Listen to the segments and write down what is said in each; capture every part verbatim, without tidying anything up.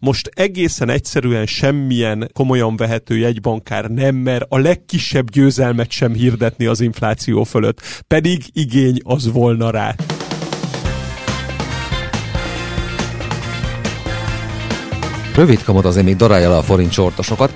most egészen egyszerűen semmilyen komolyan vehető jegybankár nem mer a legkisebb győzelmet sem hirdetni az infláció fölött, pedig igény az volna rá. Rövid kamat azért még darálja le a forint csortosokat.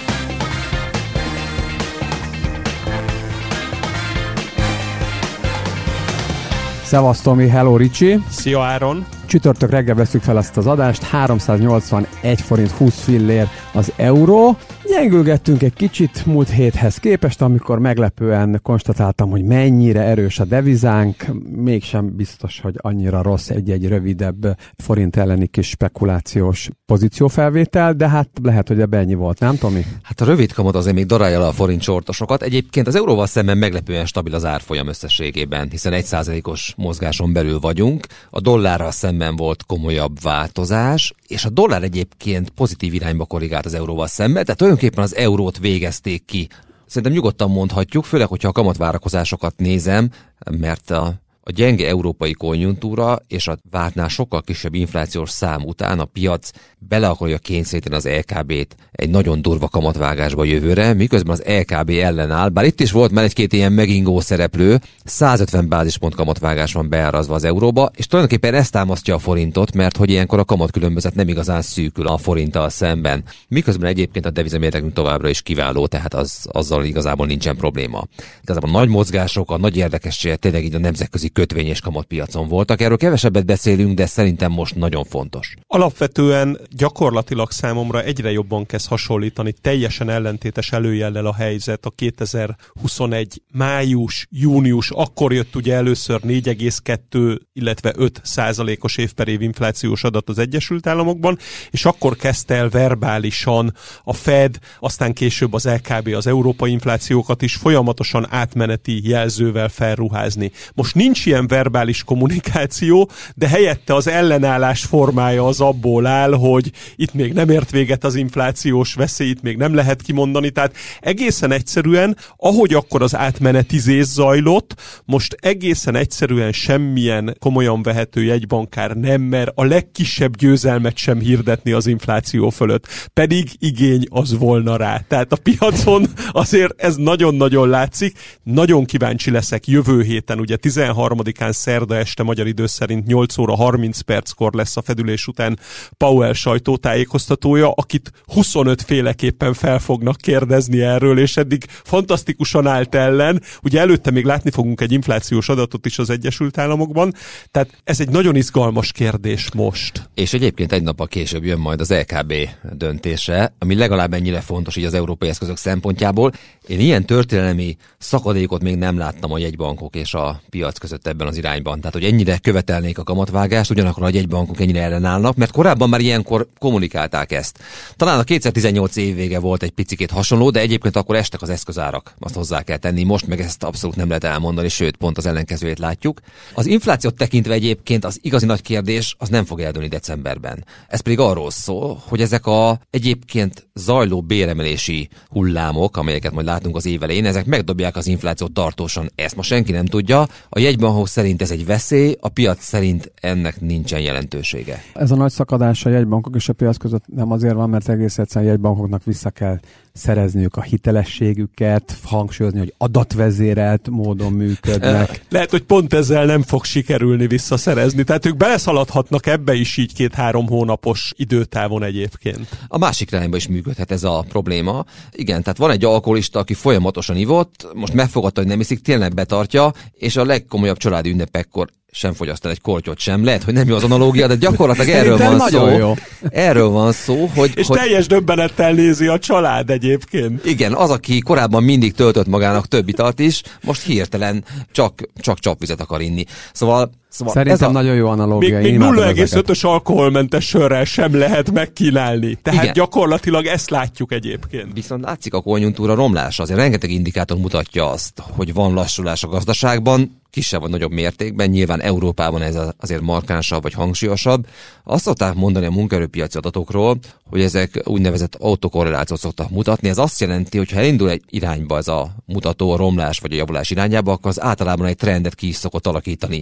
Szevasz Tomi, hello Ricsi! Szia Áron! Csütörtök reggel veszük fel ezt az adást, háromszáznyolcvanegy forint húsz fillér az euró. Gyengülgettünk egy kicsit múlt héthez képest, amikor meglepően konstatáltam, hogy mennyire erős a devizánk, mégsem biztos, hogy annyira rossz egy-egy rövidebb forint elleni kis spekulációs pozíciófelvétel, de hát lehet, hogy ebben ennyi volt, nem Tomi? Hát a rövid kamat azért még darálja le a forint csortosokat. Egyébként az euróval szemben meglepően stabil az árfolyam összességében, hiszen egy százalékos mozgáson belül vagyunk. A dollárral szemben volt komolyabb változás, és a dollár egyébként pozitív irányba korrigált az euróval szemben, tehát tulajdonképpen az eurót végezték ki. Szerintem nyugodtan mondhatjuk, főleg, hogyha a kamatvárakozásokat nézem, mert a A gyenge európai konjunktúra és a vártnál sokkal kisebb inflációs szám után a piac bele akarja kényszeríteni az é ká bét egy nagyon durva kamatvágásba jövőre, miközben az é ká bé ellenáll, bár itt is volt már egy-két ilyen megingó szereplő, százötven bázispont kamatvágás van beárazva az euróba, és tulajdonképpen ezt támasztja a forintot, mert hogy ilyenkor a kamatkülönbözet nem igazán szűkül a forinttal szemben. Miközben egyébként a devizamértékünk továbbra is kiváló, tehát az, azzal igazából nincsen probléma. Igazából nagy mozgások, a nagy érdekességek tényleg így a nemzetközi kötvény és kamatpiacon voltak. Erről kevesebbet beszélünk, de szerintem most nagyon fontos. Alapvetően gyakorlatilag számomra egyre jobban kezd hasonlítani teljesen ellentétes előjellel a helyzet a kétezer-huszonegy május, június, akkor jött ugye először négy egész kettő, illetve öt százalékos év per év inflációs adat az Egyesült Államokban, és akkor kezdte el verbálisan a Fed, aztán később az é ká bé az európai inflációkat is folyamatosan átmeneti jelzővel felruházni. Most nincs ilyen verbális kommunikáció, de helyette az ellenállás formája az abból áll, hogy itt még nem ért véget az inflációs veszély, itt még nem lehet kimondani, tehát egészen egyszerűen, ahogy akkor az átmenetizés zajlott, most egészen egyszerűen semmilyen komolyan vehető jegybankár nem mer a legkisebb győzelmet sem hirdetni az infláció fölött, pedig igény az volna rá. Tehát a piacon azért ez nagyon-nagyon látszik, nagyon kíváncsi leszek jövő héten, ugye tizenharmadikán szerda este magyar idő szerint nyolc óra harminc perckor lesz a fedülés után Powell sajtótájékoztatója, akit huszonöt féleképpen fel fognak kérdezni erről, és eddig fantasztikusan állt ellen. Ugye előtte még látni fogunk egy inflációs adatot is az Egyesült Államokban, tehát ez egy nagyon izgalmas kérdés most. És egyébként egy nappal később jön majd az é ká bé döntése, ami legalább ennyire fontos így az európai eszközök szempontjából. Én ilyen történelmi szakadékot még nem láttam a jegybankok és a piac között ebben az irányban. Tehát, hogy ennyire követelnék a kamatvágást, ugyanakkor a jegybankok ennyire ellenállnak, mert korábban már ilyenkor kommunikálták ezt. Talán a kétezer-tizennyolc év vége volt egy picikét hasonló, de egyébként akkor estek az eszközárak. Azt hozzá kell tenni. Most meg ezt abszolút nem lehet elmondani, sőt, pont az ellenkezőjét látjuk. Az inflációt tekintve egyébként az igazi nagy kérdés az nem fog eldőlni decemberben. Ez pedig arról szól, hogy ezek a egyébként zajló béremelési hullámok, amelyeket majd látunk az év elején, ezek megdobják az inflációt tartósan. Ezt ma senki nem tudja. A jegybankok szerint ez egy veszély, a piac szerint ennek nincsen jelentősége. Ez a nagy szakadás a jegybankok és a piac között nem azért van, mert egész egyszerűen a jegybankoknak vissza kell szerezniük a hitelességüket, hangsúlyozni, hogy adatvezérelt módon működnek. Lehet, hogy pont ezzel nem fog sikerülni visszaszerezni, tehát ők beleszaladhatnak ebbe is így két-három hónapos időtávon egyébként. A másik irányba is működhet ez a probléma. Igen, tehát van egy alkoholista, aki folyamatosan ivott, most megfogadta, hogy nem iszik, tényleg betartja, és a legkomolyabb családi ünnepekkor sem fogyaszt el egy kortyot sem. Lehet, hogy nem jó az analógia, de gyakorlatilag erről van szó. Jó. Erről van szó, hogy... És hogy... teljes döbbenettel nézi a család egyébként. Igen, az, aki korábban mindig töltött magának több italt is, most hirtelen csak, csak csapvizet akar inni. Szóval... Szóval Szerintem ez a... nagyon jó analógia. Még, még nulla egész ötös alkoholmentes sörrel sem lehet megkínálni. Tehát igen, gyakorlatilag ezt látjuk egyébként. Viszont látszik a konjunktúra romlása. Azért rengeteg indikátor mutatja azt, hogy van lassulás a gazdaságban, kisebb vagy nagyobb mértékben. Nyilván Európában ez azért markánsabb vagy hangsúlyosabb. Azt szokták mondani a munkaerőpiaci adatokról, hogy ezek úgynevezett autokorrelációt szoktak mutatni. Ez azt jelenti, hogy ha elindul egy irányba ez a mutató, a romlás vagy a javulás irányába, akkor az általában egy trendet ki is szokott alakítani.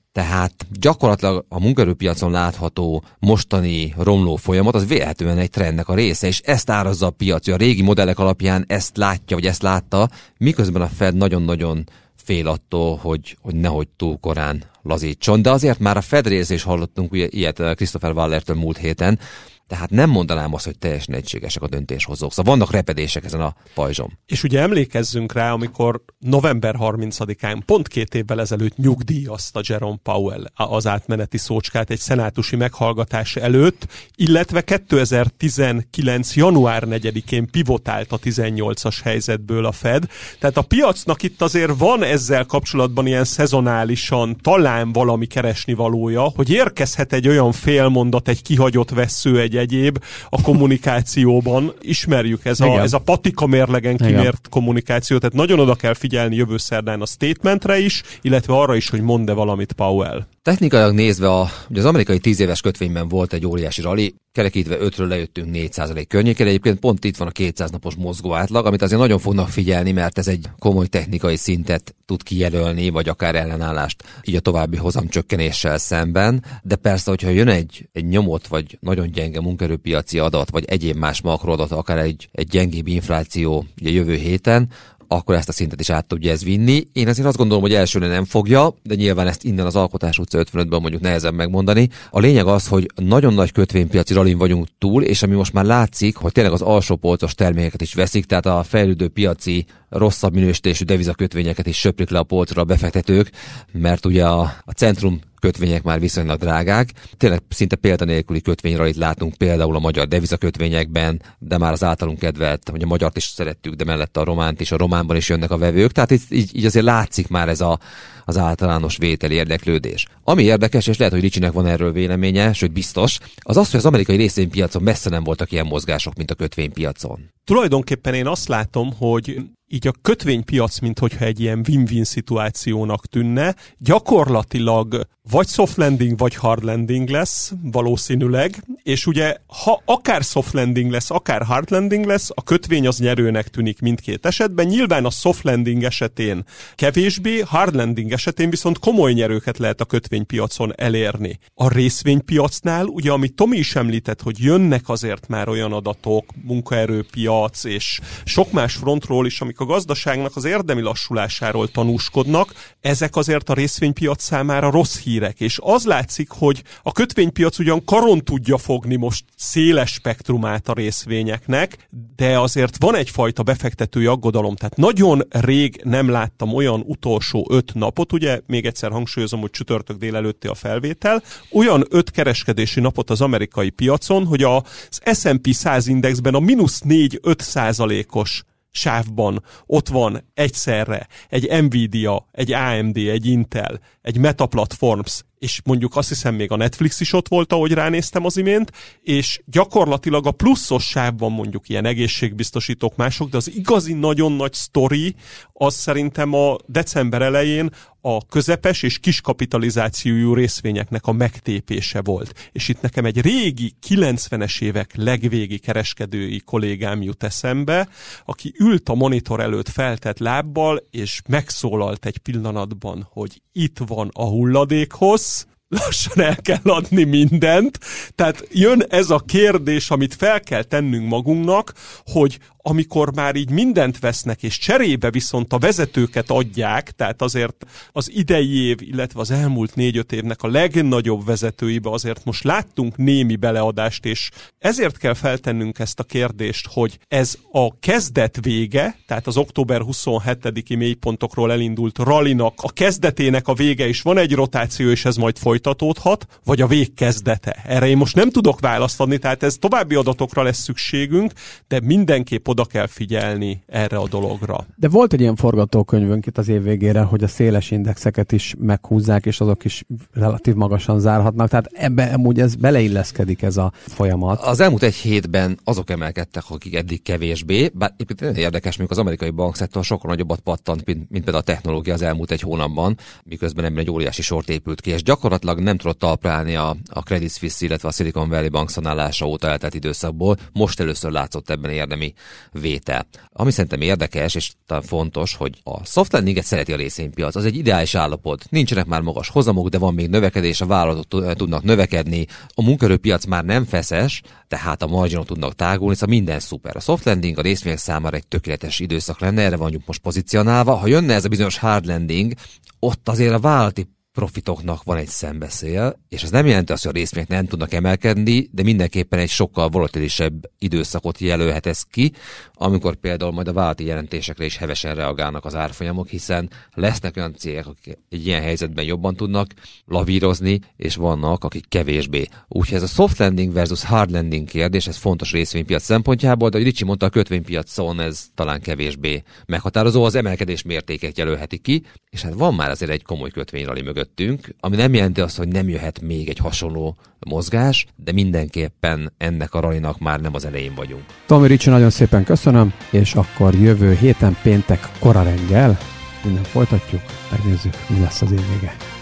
Tehát gyakorlatilag a munkaerőpiacon látható mostani romló folyamat az véletlenül egy trendnek a része, és ezt árazza a piac, hogy a régi modellek alapján ezt látja, vagy ezt látta, miközben a Fed nagyon-nagyon fél attól, hogy, hogy nehogy túl korán lazítson. De azért már a Fed részén is hallottunk ugye, ilyet Christopher Wallertől múlt héten, tehát nem mondanám azt, hogy teljesen egységesek a döntéshozók. Szóval vannak repedések ezen a pajzson. És ugye emlékezzünk rá, amikor november harmincadikán, pont két évvel ezelőtt nyugdíjazta Jerome Powell az átmeneti szócskát egy szenátusi meghallgatás előtt, illetve kétezer-tizenkilenc január negyedikén pivotált a tizennyolcas helyzetből a Fed. Tehát a piacnak itt azért van ezzel kapcsolatban ilyen szezonálisan talán valami keresnivalója, hogy érkezhet egy olyan félmondat, egy kihagyott vessző, egy egyéb a kommunikációban. Ismerjük, ez a, ez a patika mérlegen kimért Igen. kommunikáció, tehát nagyon oda kell figyelni jövő szerdán a statementre is, illetve arra is, hogy mond-e valamit Powell. Technikailag nézve a, ugye az amerikai tíz éves kötvényben volt egy óriási rali, kerekítve ötről lejöttünk négy százalék környékére, egyébként pont itt van a kétszáz napos mozgó átlag, amit azért nagyon fognak figyelni, mert ez egy komoly technikai szintet tud kijelölni, vagy akár ellenállást így a további hozamcsökkenéssel szemben, de persze, hogyha jön egy, egy nyomott, vagy nagyon gyenge munkaerőpiaci adat, vagy egyéb más makroadat, akár egy, egy gyengébb infláció ugye jövő héten, akkor ezt a szintet is át tudja ez vinni. Én azért azt gondolom, hogy elsőre nem fogja, de nyilván ezt innen az Alkotás utca ötvenötben mondjuk nehezebb megmondani. A lényeg az, hogy nagyon nagy kötvénypiaci rallin vagyunk túl, és ami most már látszik, hogy tényleg az alsó polcos termékeket is veszik, tehát a fejlődő piaci rosszabb minősítésű devizakötvényeket is söprik le a polcra a befektetők, mert ugye a, a centrum kötvények már viszonylag drágák. Tényleg szinte példanélküli kötvényrallit látunk például a magyar devizakötvényekben, de már az általunk kedvelt, hogy a magyart is szerettük, de mellette a románt is, a románban is jönnek a vevők. Tehát így, így, így azért látszik már ez a, az általános vételi érdeklődés. Ami érdekes, és lehet, hogy Ricsinek van erről véleménye, sőt biztos, az az, hogy az amerikai részvénypiacon messze nem voltak ilyen mozgások, mint a kötvénypiacon. Tulajdonképpen én azt látom, hogy így a kötvénypiac, minthogyha egy ilyen win-win szituációnak tűnne, gyakorlatilag vagy soft landing, vagy hard landing lesz valószínűleg, és ugye ha akár soft landing lesz, akár hard landing lesz, a kötvény az nyerőnek tűnik mindkét esetben. Nyilván a soft landing esetén kevésbé, hard landing esetén viszont komoly nyerőket lehet a kötvénypiacon elérni. A részvénypiacnál, ugye amit Tomi is említett, hogy jönnek azért már olyan adatok, munkaerőpiac és sok más frontról is, amik a gazdaságnak az érdemi lassulásáról tanúskodnak, ezek azért a részvénypiac számára rossz hírek, és az látszik, hogy a kötvénypiac ugyan karon tudja fogni most széles spektrumát a részvényeknek, de azért van egyfajta befektetői aggodalom, tehát nagyon rég nem láttam olyan utolsó öt napot, ugye még egyszer hangsúlyozom, hogy csütörtök délelőtti a felvétel, olyan öt kereskedési napot az amerikai piacon, hogy az es and pé száz indexben a mínusz négy-öt százalékos sávban ott van egyszerre egy Nvidia, egy á em dé, egy Intel, egy Meta Platforms, és mondjuk azt hiszem még a Netflix is ott volt, ahogy ránéztem az imént, és gyakorlatilag a pluszos sávban mondjuk ilyen egészségbiztosítók mások, de az igazi nagyon nagy sztori az szerintem a december elején a közepes és kis kapitalizációjú részvényeknek a megtépése volt. És itt nekem egy régi kilencvenes évek legvégi kereskedői kollégám jut eszembe, aki ült a monitor előtt feltett lábbal, és megszólalt egy pillanatban, hogy itt van a hulladékhoz, lassan el kell adni mindent. Tehát jön ez a kérdés, amit fel kell tennünk magunknak, hogy amikor már így mindent vesznek, és cserébe viszont a vezetőket adják, tehát azért az idei év, illetve az elmúlt négy-öt évnek a legnagyobb vezetőibe azért most láttunk némi beleadást, és ezért kell feltennünk ezt a kérdést, hogy ez a kezdet vége, tehát az október huszonhetediki mélypontokról elindult rallinak a kezdetének a vége, és van egy rotáció, és ez majd folytatódhat, vagy a végkezdete. Erre én most nem tudok választ adni, tehát ez további adatokra lesz szükségünk, de mindenképp oda kell figyelni erre a dologra. De volt egy ilyen forgatókönyvünk itt az év végére, hogy a széles indexeket is meghúzzák, és azok is relatív magasan zárhatnak, tehát ebbe amúgy ez beleilleszkedik ez a folyamat. Az elmúlt egy hétben azok emelkedtek, akik eddig kevésbé, bár éppen érdekes, mikor az amerikai bankszektor sokkal nagyobbat pattant, mint, mint például a technológia az elmúlt egy hónapban, miközben ebben egy óriási sort épült ki, és gyakorlatilag nem tudott talpra állni a, a Credit Suisse, illetve a Silicon Valley Bank szanálása óta eltelt időszakból. Most először látszott ebben érdemi vétel. Ami szerintem érdekes és talán fontos, hogy a soft landinget szereti a részvénypiac. Az egy ideális állapot. Nincsenek már magas hozamok, de van még növekedés, a vállalatok tudnak növekedni, a munkaerőpiac már nem feszes, tehát a marginok tudnak tágulni, szóval minden szuper. A soft landing a részvények számára egy tökéletes időszak lenne, erre vagyunk most pozícionálva. Ha jönne ez a bizonyos hard landing, ott azért a vállalati profitoknak van egy szembeszél, és ez nem jelenti azt, hogy a részvények nem tudnak emelkedni, de mindenképpen egy sokkal volatilisebb időszakot jelölhet ez ki, amikor például majd a vállalati jelentésekre is hevesen reagálnak az árfolyamok, hiszen lesznek olyan cégek, akik egy ilyen helyzetben jobban tudnak lavírozni, és vannak, akik kevésbé. Úgyhogy ez a soft landing versus hard landing kérdés, ez fontos részvénypiac szempontjából, de ahogy Ricsi mondta, a kötvénypiacon ez talán kevésbé meghatározó, az emelkedés mértéket jelölheti ki, és hát van már azért egy komoly kötvényrali mögöttünk, ami nem jelenti azt, hogy nem jöhet még egy hasonló mozgás, de mindenképpen ennek a ralinak már nem az elején vagyunk. Tomi, Ricsi, nagyon szépen köszönöm, és akkor jövő héten péntek kora reggel innen folytatjuk, megnézzük, mi lesz az év vége.